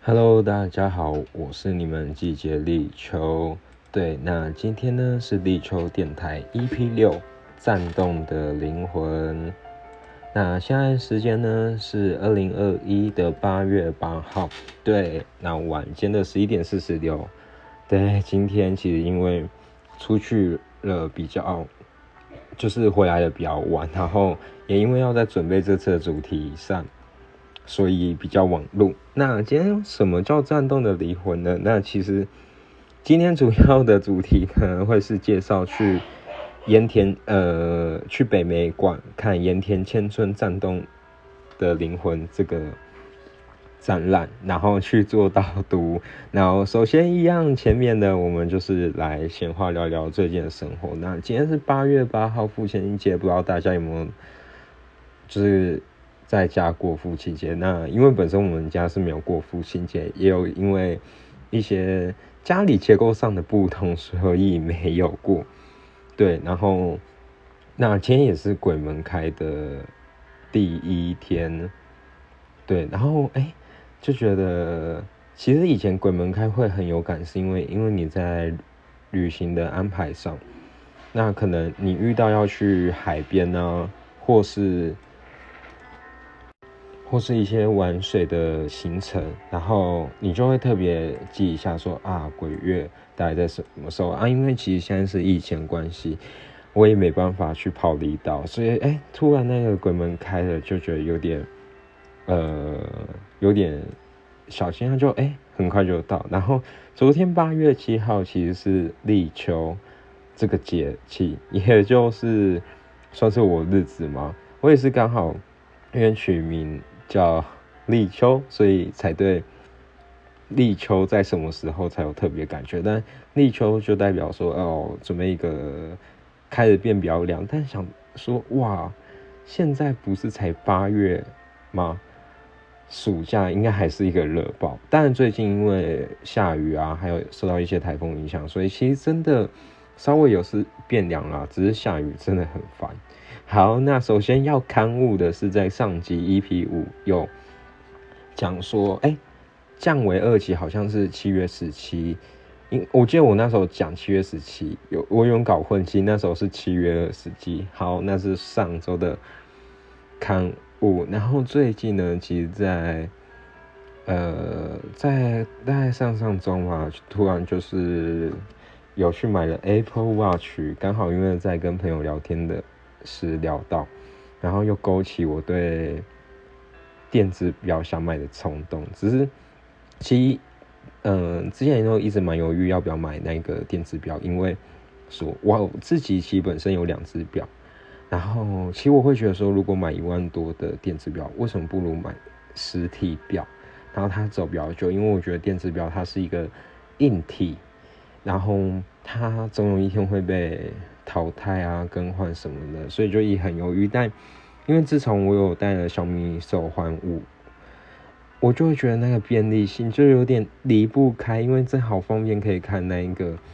Hello，大家好，我是你们季节立秋。对，那今天呢是立秋电台 EP6战动的灵魂。那现在时间呢是2021的8月8号。对，那晚间的11点46。对，今天其实因为出去了比较，就是回来的比较晚，然后也因为要在准备这次的主题上。所以比较晚录。那今天什么叫战动的灵魂呢？那其实今天主要的主题呢，会是介绍去去北美馆看盐田千春战动的灵魂这个展览，然后去做导读。然后首先一样，前面呢我们就是来闲话聊聊最近的生活。那今天是8月8号父亲节，不知道大家有没有就是在家过父亲节？那因为本身我们家是没有过父亲节，也有因为一些家里结构上的不同，所以没有过。对，然后那今天也是鬼门开的第一天。对，然后就觉得其实以前鬼门开会很有感，是因为你在旅行的安排上，那可能你遇到要去海边啊，或是一些玩水的行程，然后你就会特别记一下说啊，鬼月大概在什么时候啊？因为其实现在是疫情关系，我也没办法去跑离岛，所以突然那个鬼门开了，就觉得有点小心，它就很快就到。然后昨天8月7号其实是立秋这个节气，也就是算是我日子嘛，我也是刚好因为取名叫立秋，所以才对立秋在什么时候才有特别感觉。但立秋就代表说准备一个开始变比较凉，但想说哇，现在不是才8月吗？暑假应该还是一个热爆，但最近因为下雨啊，还有受到一些台风影响，所以其实真的稍微有是变凉啦，只是下雨真的很烦。好，那首先要刊物的是在上集 EP5 有讲说，降为2级好像是7月17，我记得我那时候讲7月17，我有搞混，其实那时候是7月20。好，那是上周的刊物。然后最近呢，其实在大概上周嘛，突然就是有去买了 Apple Watch， 刚好因为在跟朋友聊天的时聊到，然后又勾起我对电子表想买的冲动。只是其实之前都一直蛮犹豫要不要买那个电子表，因为说我自己其实本身有2只表，然后其实我会觉得说，如果买1万多的电子表，为什么不如买实体表？然后它走比较久，因为我觉得电子表它是一个硬体，然后它总有一天会被淘汰啊、更换什么的，所以就也很犹豫。但因为自从我有戴了小米手环5，我就会觉得那个便利性就有点离不开，因为这好方便，可以看那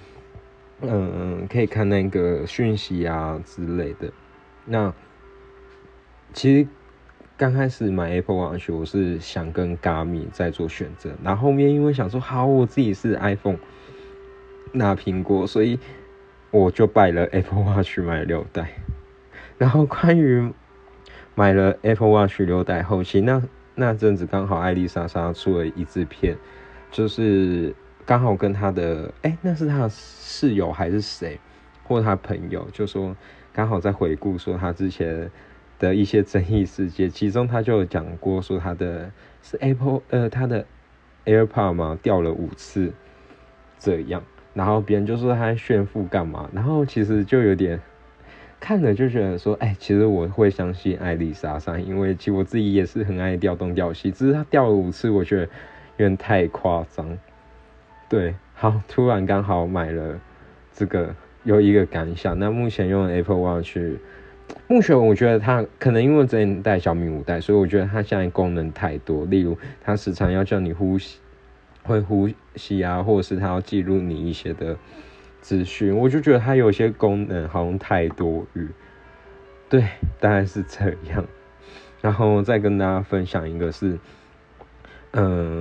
个讯息啊之类的。那其实刚开始买 Apple Watch， 我是想跟 Garmin 再做选择，然后后面因为想说好，我自己是 iPhone 拿苹果，所以我就拜了 Apple Watch 买了6代。然后关于买了 Apple Watch 6代后期，那阵子刚好艾丽莎莎出了一支片，就是刚好跟她的那是她的室友还是谁，或她朋友，就说刚好在回顾说她之前的一些争议事件，其中她就有讲过说她的是她的 AirPod 嘛掉了5次这样，然后别人就说她在炫富干嘛，然后其实就有点看了就觉得说，其实我会相信艾丽莎莎，因为其实我自己也是很爱掉东掉西，只是她掉了5次，我觉得有点太夸张。对，好，突然刚好买了这个，有一个感想。那目前用 Apple Watch， 目前我觉得它可能因为之前带小米5代，所以我觉得它现在功能太多，例如它时常要叫你呼吸啊，或者是它要记录你一些的资讯，我就觉得它有些功能好像太多余。对，大概是这样。然后再跟大家分享一个是，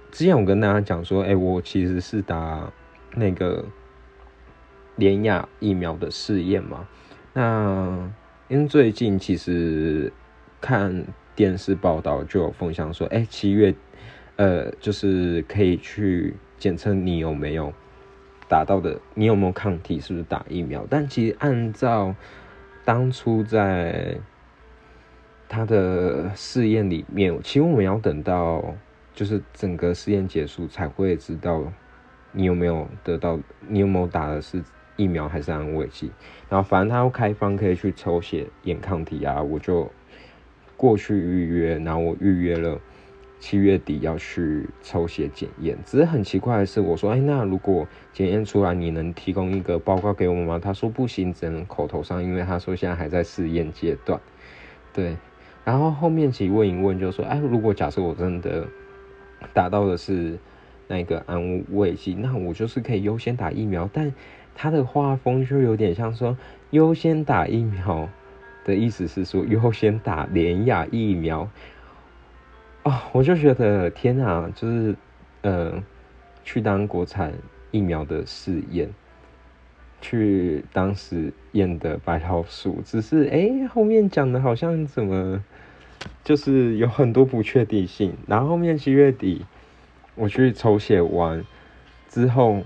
之前我跟大家讲说，我其实是打那个联亚疫苗的试验嘛。那因为最近其实看电视报道就有分享说，7月就是可以去检测你有没有打到的，你有没有抗体，是不是打疫苗。但其实按照当初在他的试验里面，其实我们要等到就是整个试验结束才会知道你有没有打的是疫苗还是安慰剂。然后反正他要开放可以去抽血验抗体啊，我就过去预约，然后我预约了7月底要去抽血检验。只是很奇怪的是，我说那如果检验出来你能提供一个报告给我们吗？他说不行，只能口头上，因为他说现在还在试验阶段。对，然后后面其实问一问就说，如果假设我真的打到的是那个安慰剂，那我就是可以优先打疫苗。但他的画风就有点像说优先打疫苗的意思是说优先打联亚疫苗。我就觉得天啊，就是去当国产疫苗的试验，去当实验的白老鼠，只是后面讲的好像怎么就是有很多不确定性。然后后面7月底我去抽血完之后，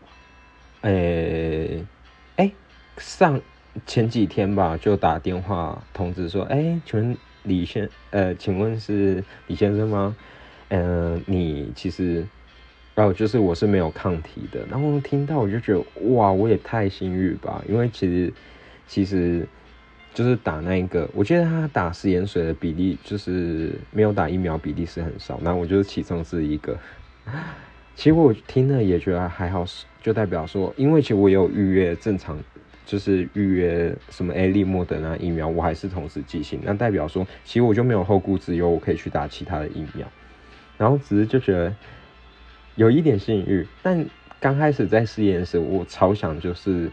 上前几天吧，就打电话通知说，请问是李先生吗？你其实，就是我是没有抗体的。然后听到我就觉得，哇，我也太幸运吧，因为其实就是打那个，我觉得他打食盐水的比例，就是没有打疫苗比例是很少。那我就是其中是一个。其实我听了也觉得还好，就代表说，因为其实我也有预约正常，就是预约什么AZ莫德纳疫苗，我还是同时进行，那代表说，其实我就没有后顾之忧，我可以去打其他的疫苗。然后只是就觉得有一点幸运，但刚开始在试验时，我超想就是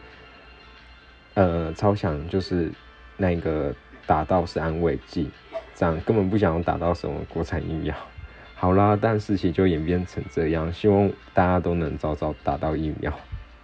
那个打到是安慰剂，这样根本不想打到什么国产疫苗。好啦，但事情就演变成这样，希望大家都能早早打到疫苗，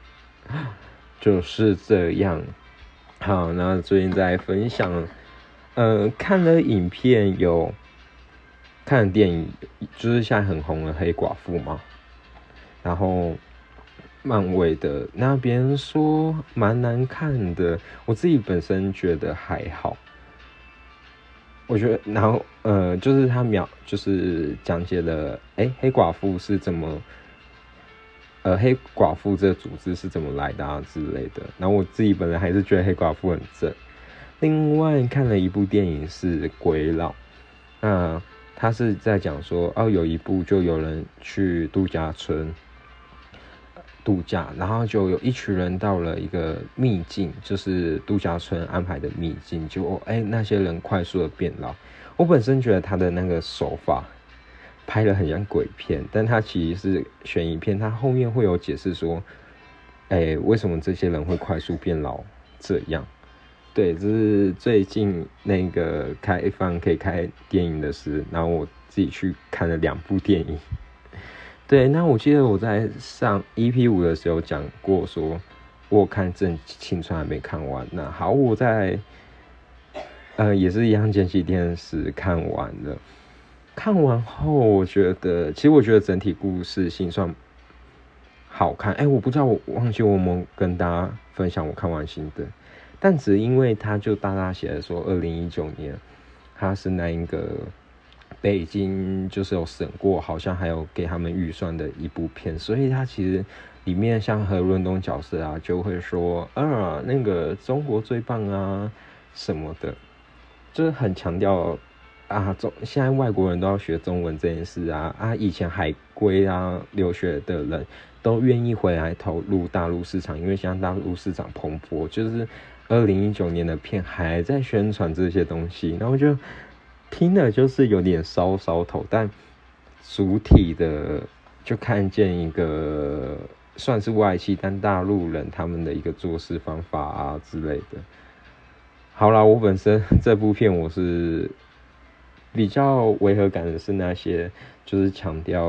就是这样。好，那最近在分享，看了影片，有看了电影，就是现在很红的黑寡妇嘛，然后漫威的那边说蛮难看的，我自己本身觉得还好。我觉得，然后就是他就是讲解了，黑寡妇是怎么，黑寡妇这个组织是怎么来的啊之类的。然后我自己本人还是觉得黑寡妇很正。另外看了一部电影是《鬼佬》，那他是在讲说，有一部就有人去度假村度假，然后就有一群人到了一个秘境，就是度假村安排的秘境，就那些人快速的变老。我本身觉得他的那个手法拍得很像鬼片，但他其实是悬疑片，他后面会有解释说，为什么这些人会快速变老这样。对，这是最近那个开放可以开电影的事，然后我自己去看了2部电影。对，那我记得我在上 EP5 的时候讲过说，我有看《正青春》还没看完。那好，我在也是一样，前几天是看完了。看完后，我觉得整体故事性算好看。我不知道，我忘记我有没有跟大家分享我看完心得，但只因为他就大大写的说2019年，他是那一个北京就是有审过，好像还有给他们预算的一部片，所以他其实里面像何润东角色啊，就会说那个中国最棒啊什么的，就是很强调现在外国人都要学中文这件事啊，以前海归留学的人都愿意回来投入大陆市场，因为现在大陆市场蓬勃，就是2019年的片还在宣传这些东西，然后就听了就是有点烧头，但主体的就看见一个算是外企，但大陆人他们的一个做事方法之类的。好啦，我本身这部片我是比较违和感的是那些就是强调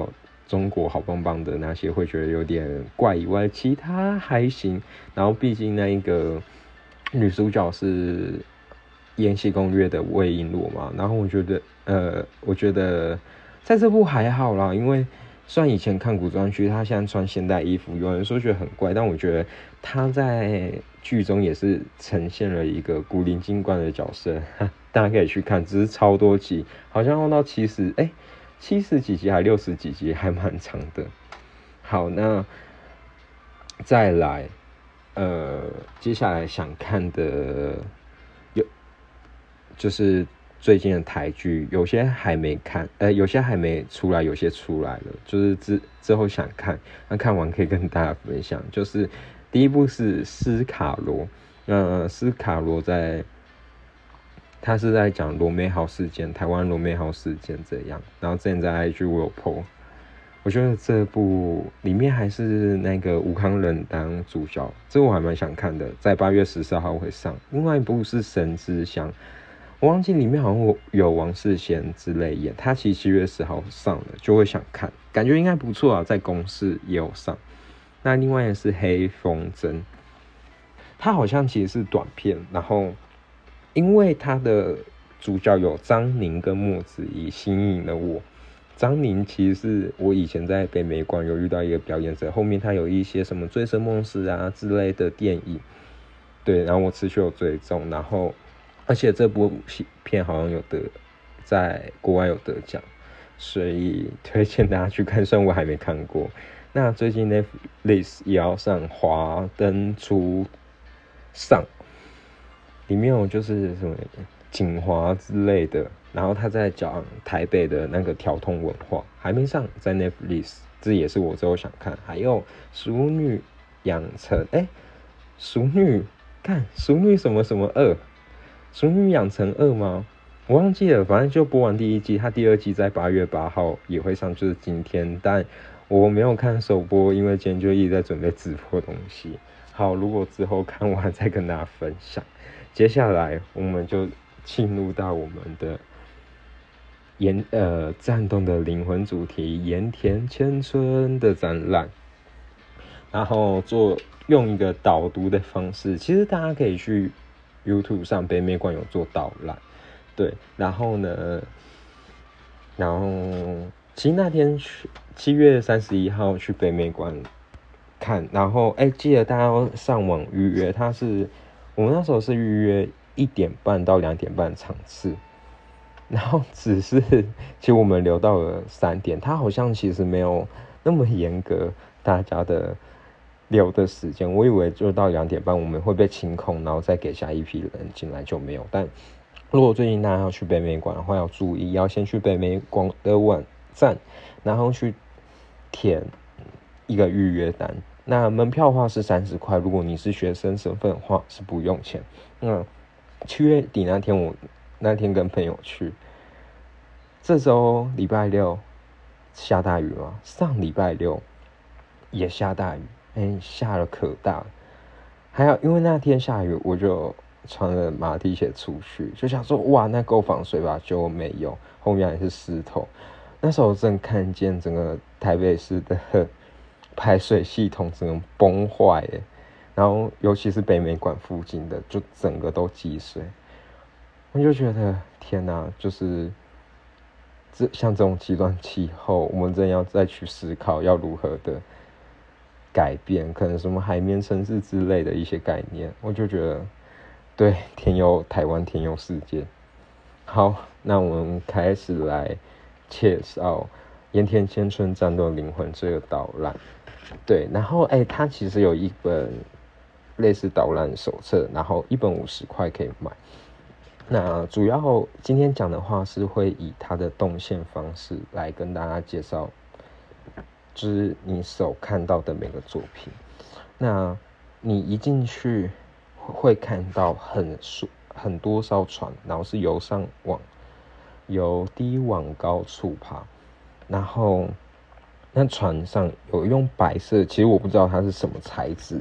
中国好棒棒的那些会觉得有点怪以外，其他还行。然后毕竟那一个女主角是《延禧攻略》的魏璎珞嘛，然后我觉得在这部还好啦，因为虽然以前看古装剧，她现在穿现代衣服，有人说觉得很怪，但我觉得她在剧中也是呈现了一个古灵精怪的角色，大家可以去看，只是超多集，好像用到70几集还60几集，还蛮长的。好，那再来，接下来想看的就是最近的台剧，有些还没看，有些还没出来，有些出来了，就是之后想看，那看完可以跟大家分享。就是第一部是斯卡罗，斯卡罗他是在讲罗美号事件，台湾罗美号事件这样。然后之前在 IG 我有 po， 我觉得这部里面还是那个吴慷仁当主角，这我还蛮想看的，在8月14号会上。另外一部是神之乡，我忘记里面好像有王世贤之类演，他其实7月10号上了，就会想看，感觉应该不错啊，在公视也有上。那另外也是黑风筝，他好像其实是短片，然后因为他的主角有张宁跟莫子仪吸引了我。张宁其实是我以前在北美馆有遇到一个表演者，后面他有一些什么醉生梦死啊之类的电影，对，然后我持续有追踪，然后而且这部片好像在国外有得奖，所以推荐大家去看，虽然我还没看过。那最近 Netflix 也要上《华灯初上》，里面有就是什么景华之类的，然后他在讲台北的那个条通文化，还没上，在 Netflix， 这也是我之后想看。还有《熟女养成》，熟女什么什么2，熟女养成2吗？我忘记了，反正就播完第1季，它第2季在8月8号也会上，就是今天，但我没有看首播，因为今天就一直在准备直播东西。好，如果之后看完再跟大家分享。接下来我们就进入到我们的战斗的灵魂主题盐田千春的展览，然后用一个导读的方式，其实大家可以去 YouTube 上北美馆有做导览，对，然后其实那天去7月31号去北美馆看，然后记得大家要上网预约，我们那时候是预约1点半到2点半场次，然后其实我们留到了3点，他好像其实没有那么严格大家的留的时间，我以为就到2点半我们会被清空，然后再给下一批人进来，就没有。但如果最近大家要去北美馆的话，要注意，要先去北美馆的网站，然后去填一个预约单。那门票的话是30块，如果你是学生身份的话是不用钱。7月底那天我跟朋友去，这周礼拜6下大雨吗？上礼拜6也下大雨，下了可大了。还有因为那天下雨，我就穿了马蹄鞋出去，就想说哇，那够防水吧？结果没有，后面还是湿透。那时候正看见整个台北市的排水系统整个崩坏，然后尤其是北美馆附近的，就整个都积水。我就觉得天哪，就是像这种极端气候，我们真的要再去思考要如何的改变，可能什么海绵城市之类的一些概念。我就觉得，对，台湾天佑世界。好，那我们开始来介绍盐田千春战斗灵魂这个导览。对，然后它其实有一本类似导览手册，然后1本50块可以买。那主要今天讲的话是会以它的动线方式来跟大家介绍，就是你所看到的每个作品。那你一进去会看到很多艘船，然后是由低往高处爬，然后那船上有用白色，其实我不知道它是什么材质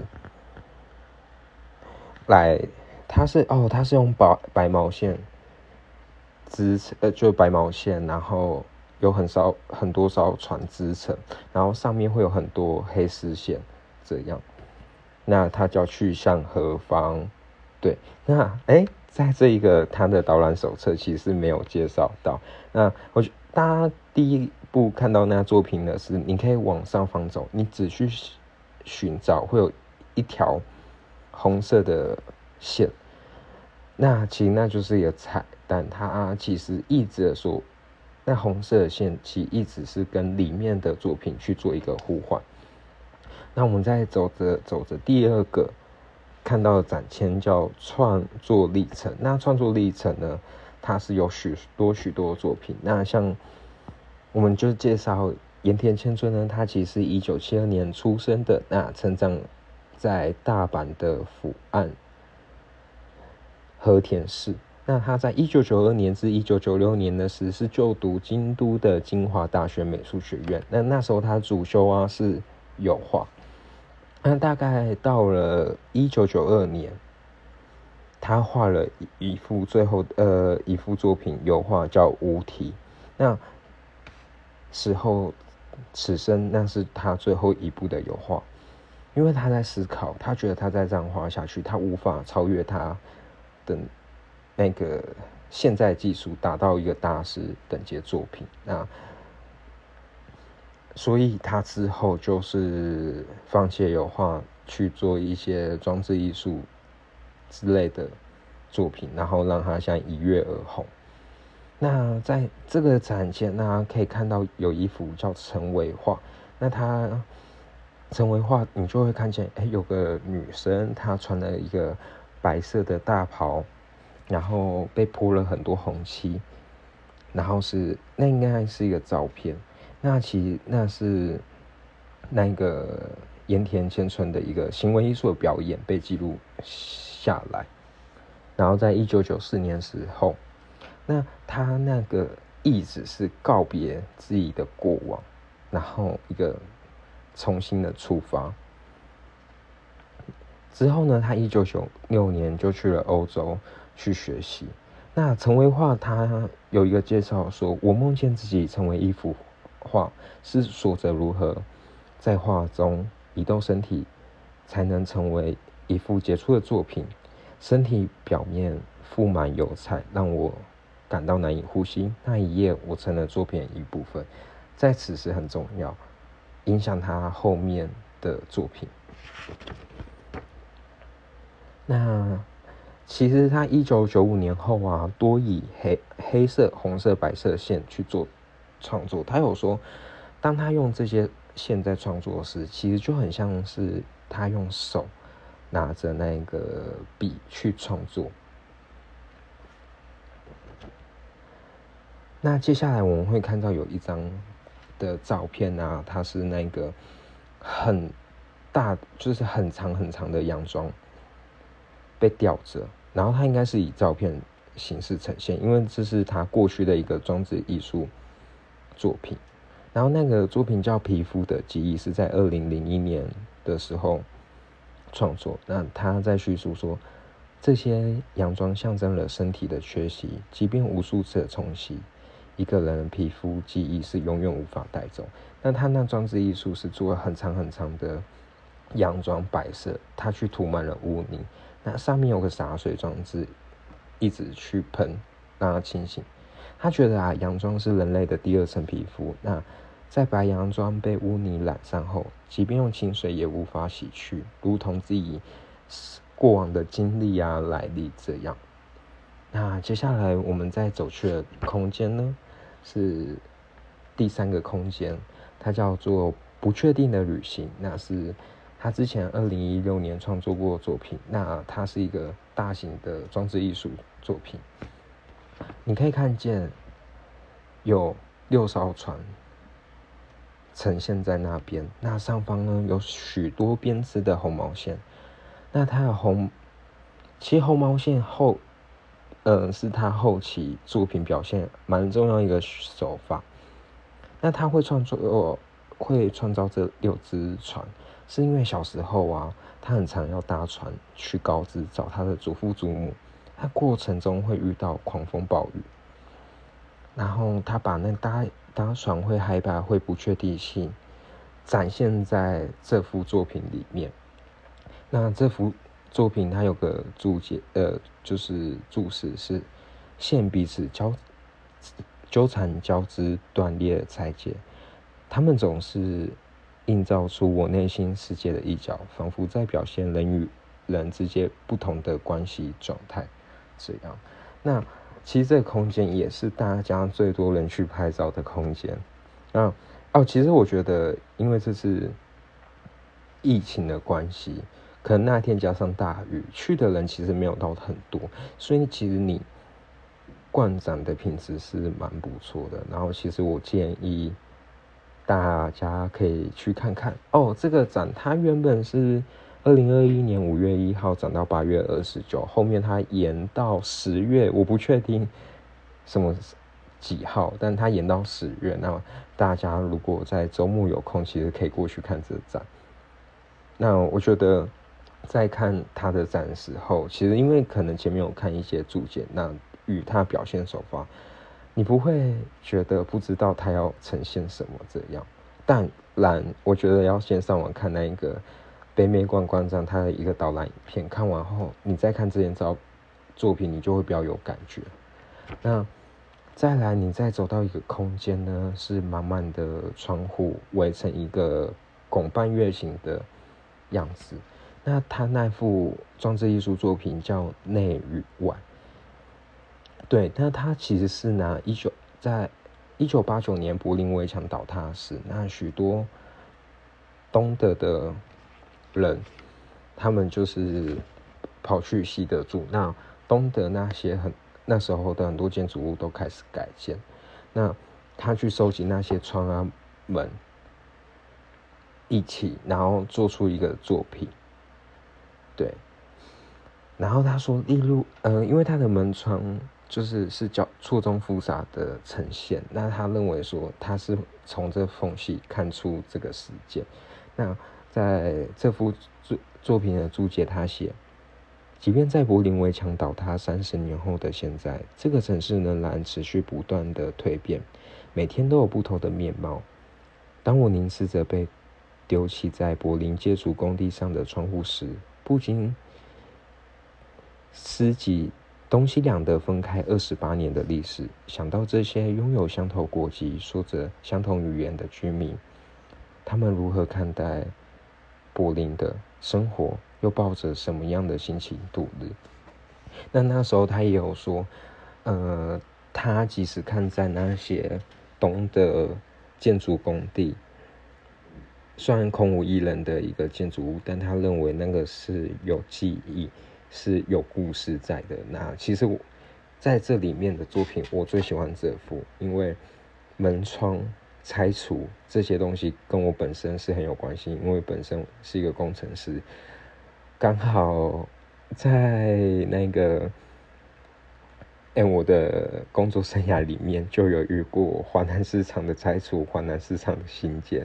来。它是用白毛线就白毛线，然后有很多艘船支撑，然后上面会有很多黑丝线这样。那他就要去向何方？对，那在这一个他的导览手册其实是没有介绍到。那我觉得大家第一步看到那作品呢，是你可以往上方走，你只去寻找会有一条红色的线。那其实那就是一个彩蛋，它其实一直说，那红色的线其实一直是跟里面的作品去做一个互换。那我们再走着，第二个看到的展签叫创作历程。那创作历程呢，它是有许多作品。那像我们就介绍盐田千春呢，他其实是1972年出生的，那成长在大阪的府岸和田市。那他在1992年至1996年的时是就读京都的精华大学美术学院。那时候他主修是油画。那大概到了1992年，他画了一幅一幅作品油画叫《无题》。那此生那是他最后一部的油画，因为他在思考，他觉得他再这样画下去，他无法超越他的那个现在技术，达到一个大师等级的作品。那所以他之后就是放弃油画，去做一些装置艺术之类的作品，然后让他现在一跃而红。那在这个展前，那可以看到有一幅叫陈维画。那他陈维画，你就会看见，有个女生，她穿了一个白色的大袍，然后被泼了很多红漆，然后那应该是一个照片。那其实那是那个盐田千春的一个行为艺术的表演被记录下来。然后在1994年时候，那他那个意旨是告别自己的过往，然后一个重新的出发。之后呢，他1996年就去了欧洲去学习。那陈维画他有一个介绍说，我梦见自己成为一幅画，思索着如何在画中移动身体，才能成为一幅杰出的作品。身体表面覆满油彩，让我感到难以呼吸。那一夜，我成了作品的一部分，在此时很重要，影响他后面的作品。那其实他1995年后啊，多以黑色、红色、白色线去做创作。他有说，当他用这些线在创作时，其实就很像是他用手拿着那个笔去创作。那接下来我们会看到有一张的照片啊，它是那个很大，就是很长的洋装被吊着，然后它应该是以照片形式呈现，因为这是他过去的一个装置艺术作品。然后那个作品叫《皮肤的记忆》，是在2001年的时候创作。那他在叙述说，这些洋装象征了身体的缺席，即便无数次的冲洗，一个人的皮肤记忆是永远无法带走。那他那装置艺术是做了很长的洋装，白色，他去涂满了污泥，那上面有个洒水装置，一直去喷让它清醒。他觉得洋装是人类的第二层皮肤。那在白洋装被污泥染上后，即便用清水也无法洗去，如同自己过往的经历来历这样。那接下来我们再走去的空间呢，是第三个空间，它叫做不确定的旅行。那是他之前2016年创作过的作品。那它是一个大型的装置艺术作品。你可以看见有6艘船呈现在那边，那上方呢有许多编织的红毛线。那它的其实红毛线是他后期作品表现蛮重要一个手法。那他会创造这6只船，是因为小时候他很常要搭船去高知找他的祖父祖母，他过程中会遇到狂风暴雨。 然后他把那搭船会害怕会不确定性展现在这幅作品里面。那这幅作品它有个注解，就是注释是线彼此纠缠交织断裂拆解，他们总是映照出我内心世界的一角，仿佛在表现人与人之间不同的关系状态。这样，那其实这个空间也是大家最多人去拍照的空间。其实我觉得，因为这是疫情的关系，可能那天加上大雨，去的人其实没有到很多，所以其实你逛展的品质是蛮不错的。然后其实我建议大家可以去看看这个展它原本是2021年5月1号展到8月29，后面它延到10月，我不确定什么几号，但它延到10月。那大家如果在周末有空，其实可以过去看这个展。那我觉得在看他的展的时候，其实因为可能前面有看一些注解，那与他表现手法，你不会觉得不知道他要呈现什么这样。当然，我觉得要先上网看那一个北美馆馆长他的一个导览影片，看完后你再看这件作品，你就会比较有感觉。那再来，你再走到一个空间呢，是满满的窗户围成一个拱半月形的样子。那他那幅装置艺术作品叫《内与外》，对，那他其实是在1989年柏林围墙倒塌时，那许多东德的人，他们就是跑去西德住。那东德那时候的很多建筑物都开始改建，那他去收集那些窗啊门一起，然后做出一个作品。对，然后他说因为他的门窗是错综复杂的呈现，那他认为说他是从这缝隙看出这个事件。那在这幅作品的注解他写，即便在柏林围墙倒塌30年后的现在，这个城市仍然持续不断的蜕变，每天都有不同的面貌。当我凝视着被丢弃在柏林建筑工地上的窗户时，不禁思及东西两德分开28年的历史，想到这些拥有相同国籍、说着相同语言的居民，他们如何看待柏林的生活，又抱着什么样的心情度日？那时候他也有说，他即使看在那些东的建筑工地，虽然空无一人的一个建筑物，但他认为那个是有记忆，是有故事在的。那其实我在这里面的作品，我最喜欢这幅，因为门窗拆除这些东西跟我本身是很有关系，因为本身是一个工程师，刚好在那个我的工作生涯里面就有遇过华南市场的拆除，华南市场的新建。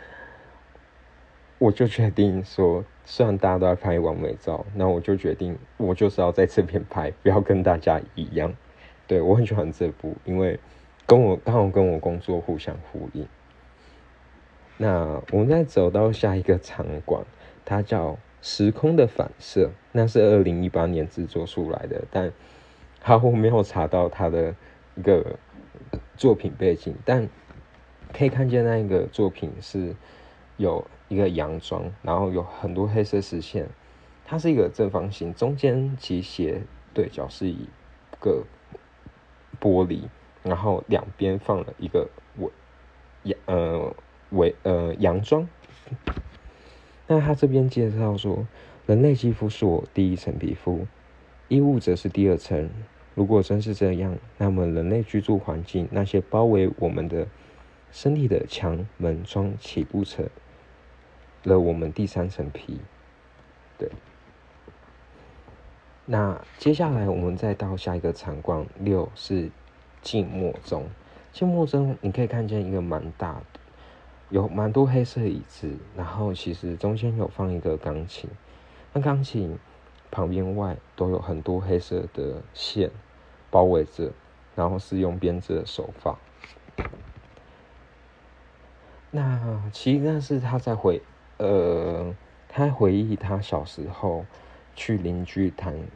我就决定说，虽然大家都在拍完美照，那我就决定我就是要在这边拍，不要跟大家一样。对，我很喜欢这部，因为刚好跟我工作互相呼应。那我们再走到下一个场馆，它叫时空的反射，那是2018年制作出来的，但我没有查到它的一个作品背景，但可以看见那一个作品是有一个洋装，然后有很多黑色实线，它是一个正方形，中间其斜对角是一个玻璃，然后两边放了一个洋装。那他这边介绍说，人类肌肤是我第一层皮肤，衣物则是第二层。如果真是这样，那么人类居住环境那些包围我们的身体的墙、门、窗，岂不成了我们第三层皮？对。那接下来我们再到下一个场馆6是静默中。静默中你可以看见一个蛮大的，有蛮多黑色椅子，然后其实中间有放一个钢琴，那钢琴旁边外都有很多黑色的线包围着， 然后是用编织的手法。那其实那是他在他回忆他小时候去邻居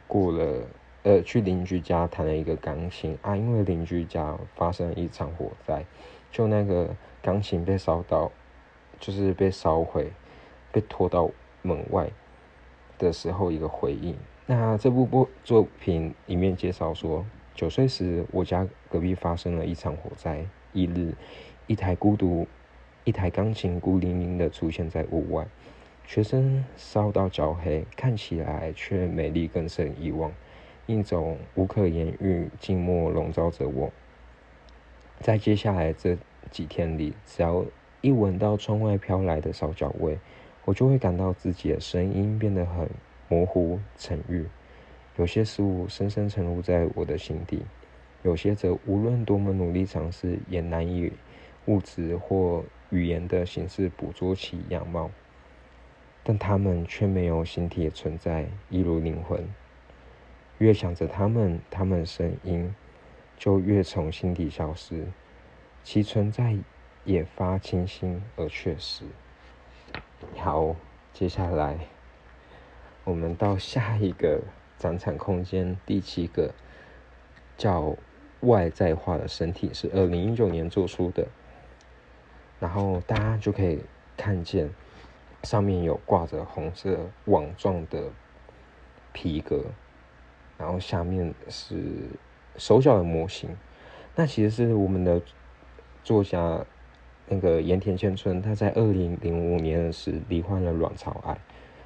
家弹了一个钢琴啊，因为邻居家发生了一场火灾，就那个钢琴被烧到，就是被烧毁，被拖到门外的时候一个回应。那这部作品里面介绍说，9岁时我家隔壁发生了一场火灾，翌日一台钢琴孤零零的出现在屋外，全身烧到焦黑，看起来却美丽更胜以往，一种无可言喻静默笼罩着我。在接下来这几天里，只要一闻到窗外飘来的烧焦味，我就会感到自己的声音变得很模糊沉郁。有些事物深深沉入在我的心底，有些则无论多么努力尝试，也难以物质或语言的形式捕捉其样貌，但它们却没有形体的存在，一如灵魂。越想着它们声音就越从心底消失，其存在也发清新而确实。好，接下来我们到下一个展场空间，第7个叫外在化的身体，是2019年做出的。然后大家就可以看见上面有挂着红色网状的皮革，然后下面是手脚的模型。那其实是我们的作家那个盐田千春，他在2005年时罹患了卵巢癌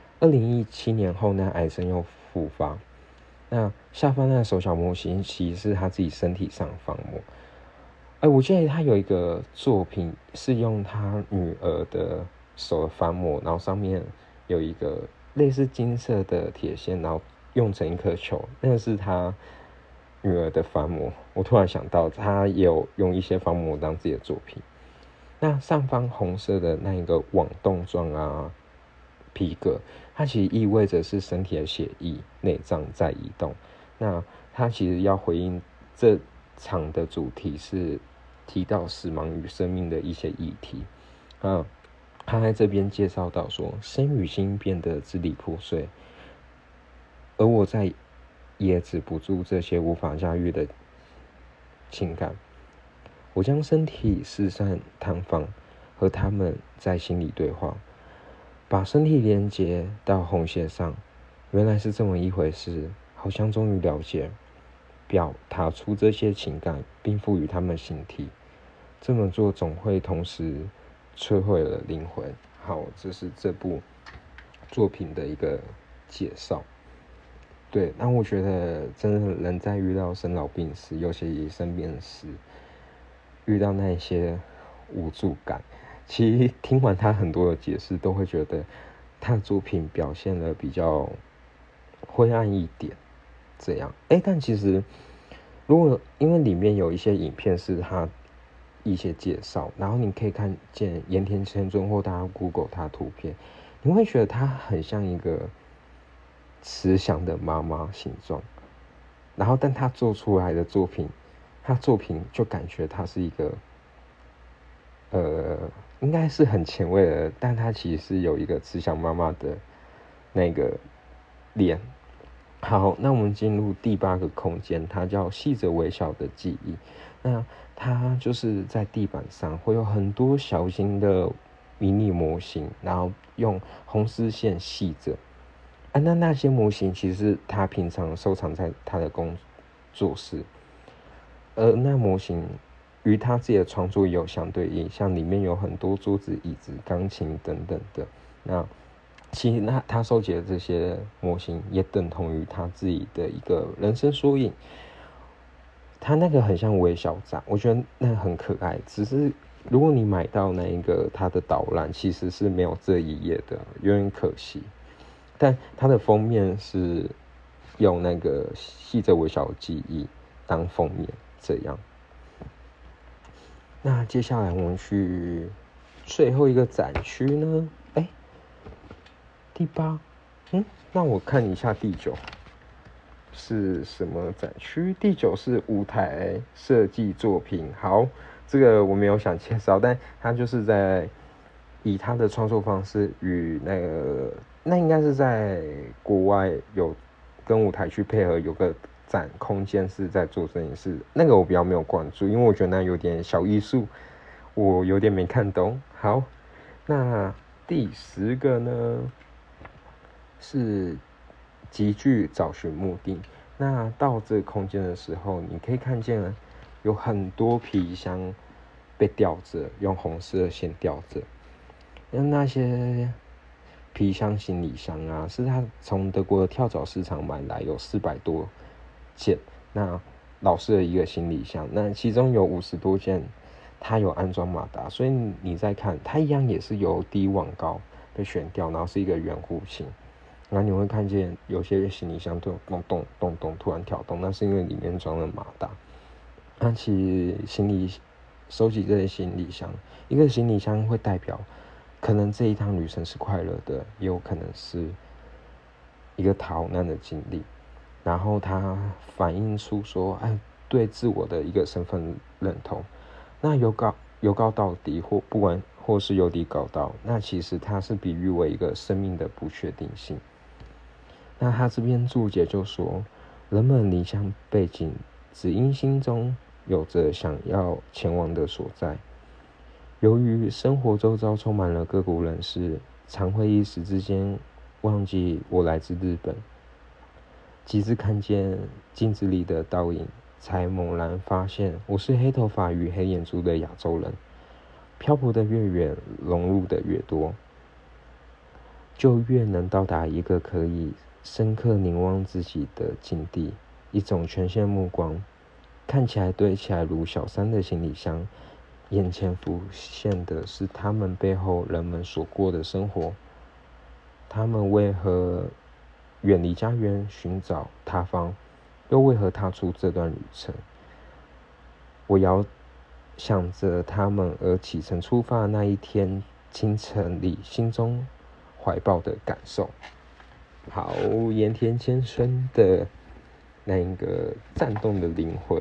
，2017年后呢，癌症又复发。那下方那个手脚模型其实是他自己身体上的方模。我记得他有一个作品是用他女儿的手的翻模，然后上面有一个类似金色的铁线，然后用成一颗球，那个是他女儿的翻模。我突然想到，他也有用一些翻模当自己的作品。那上方红色的那一个网洞状皮革，它其实意味着是身体的血液内脏在移动。那它其实要回应这场的主题是提到死亡与生命的一些议题。他在这边介绍到说，身与心变得支离破碎，而我也止不住这些无法驾驭的情感。我将身体四散探访，和他们在心里对话，把身体连接到红线上。原来是这么一回事，好像终于了解，表达出这些情感，并赋予他们形体。这么做总会同时摧毁了灵魂。好，这是这部作品的一个介绍。对，那我觉得真的人在遇到生老病死，尤其生病时，遇到那些无助感，其实听完他很多的解释，都会觉得他的作品表现了比较灰暗一点，这样。但其实因为里面有一些影片是他一些介绍，然后你可以看见盐田千春或大家 Google 他的图片，你会觉得他很像一个慈祥的妈妈形状，然后但他做出来的作品就感觉他是一个应该是很前卫的，但他其实是有一个慈祥妈妈的那个脸。好，那我们进入第8个空间，它叫细着微小的记忆。那它就是在地板上会有很多小型的迷你模型，然后用红丝线系着。那些模型其实是他平常收藏在他的工作室，而那模型与他自己的创作也有相对应，像里面有很多桌子、椅子、钢琴等等的。那其实他收集的这些模型也等同于他自己的一个人生缩影。他那个很像微小展，我觉得那很可爱。只是如果你买到那一个他的导览，其实是没有这一页的，有点可惜。但它的封面是用那个细着微小的记忆当封面，这样。那接下来我们去最后一个展区呢？第8，那我看一下第9。 是什么展区？第9是舞台设计作品。好，这个我没有想介绍，但他就是在以他的创作方式与那应该是在国外有跟舞台去配合，有个展空间是在做这件事。那个我比较没有关注，因为我觉得那有点小艺术，我有点没看懂。好，那第10个呢是极具找寻目的。那到这个空间的时候，你可以看见有很多皮箱被吊着，用红色线吊着。那些皮箱、行李箱啊，是他从德国的跳蚤市场买来，有400多件。那老式的一个行李箱，那其中有50多件，它有安装马达，所以你再看，它一样也是由低往高被悬吊，然后是一个圆弧形。然后你会看见有些行李箱都有咚咚咚咚突然跳动，那是因为里面装了马达。那其实收集这些行李箱，一个行李箱会代表可能这一趟旅程是快乐的，也有可能是一个逃难的经历。然后它反映出说，对自我的一个身份认同。那由高到低，或是由低高到，那其实它是比喻为一个生命的不确定性。那他这边注解就说，人们离乡背井，只因心中有着想要前往的所在。由于生活周遭充满了各国人士，常会一时之间忘记我来自日本。几次看见镜子里的倒影，才猛然发现我是黑头发与黑眼珠的亚洲人。漂泊的越远，融入的越多，就越能到达一个可以深刻凝望自己的境地。一种全线目光，看起来堆起来如小山的行李箱，眼前浮现的是他们背后人们所过的生活。他们为何远离家园寻找他方，又为何踏出这段旅程？我遥想着他们而启程出发的那一天清晨里心中怀抱的感受。好，盐田千春的那一个战动的灵魂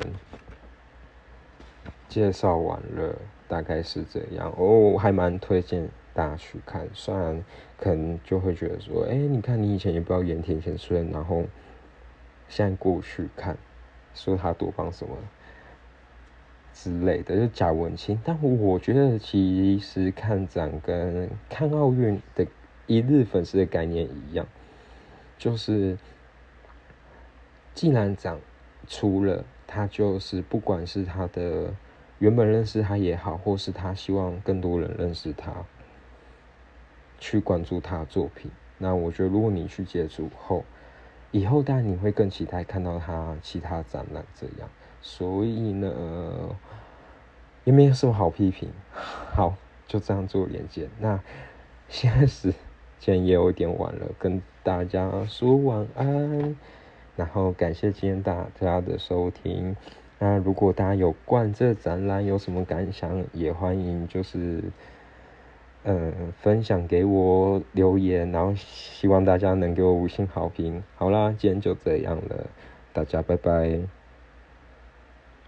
介绍完了，大概是这样。我还蛮推荐大家去看，虽然可能就会觉得说，你看你以前也不知道盐田千春，然后现在过去看，说他多棒什么之类的，就假文青。但我觉得其实看展跟看奥运的一日粉丝的概念一样，就是既然展出了，他就是不管是他的原本认识他也好，或是他希望更多人认识他，去关注他的作品。那我觉得如果你去接触后，以后当然你会更期待看到他其他展览这样。所以呢，也没有什么好批评。好，就这样做连接。那现在时间也有点晚了，跟大家说晚安。然后感谢今天大家的收听。那如果大家有关这展览有什么感想，也欢迎就是分享给我留言，然后希望大家能给我5星好评。好啦，今天就这样了，大家拜拜。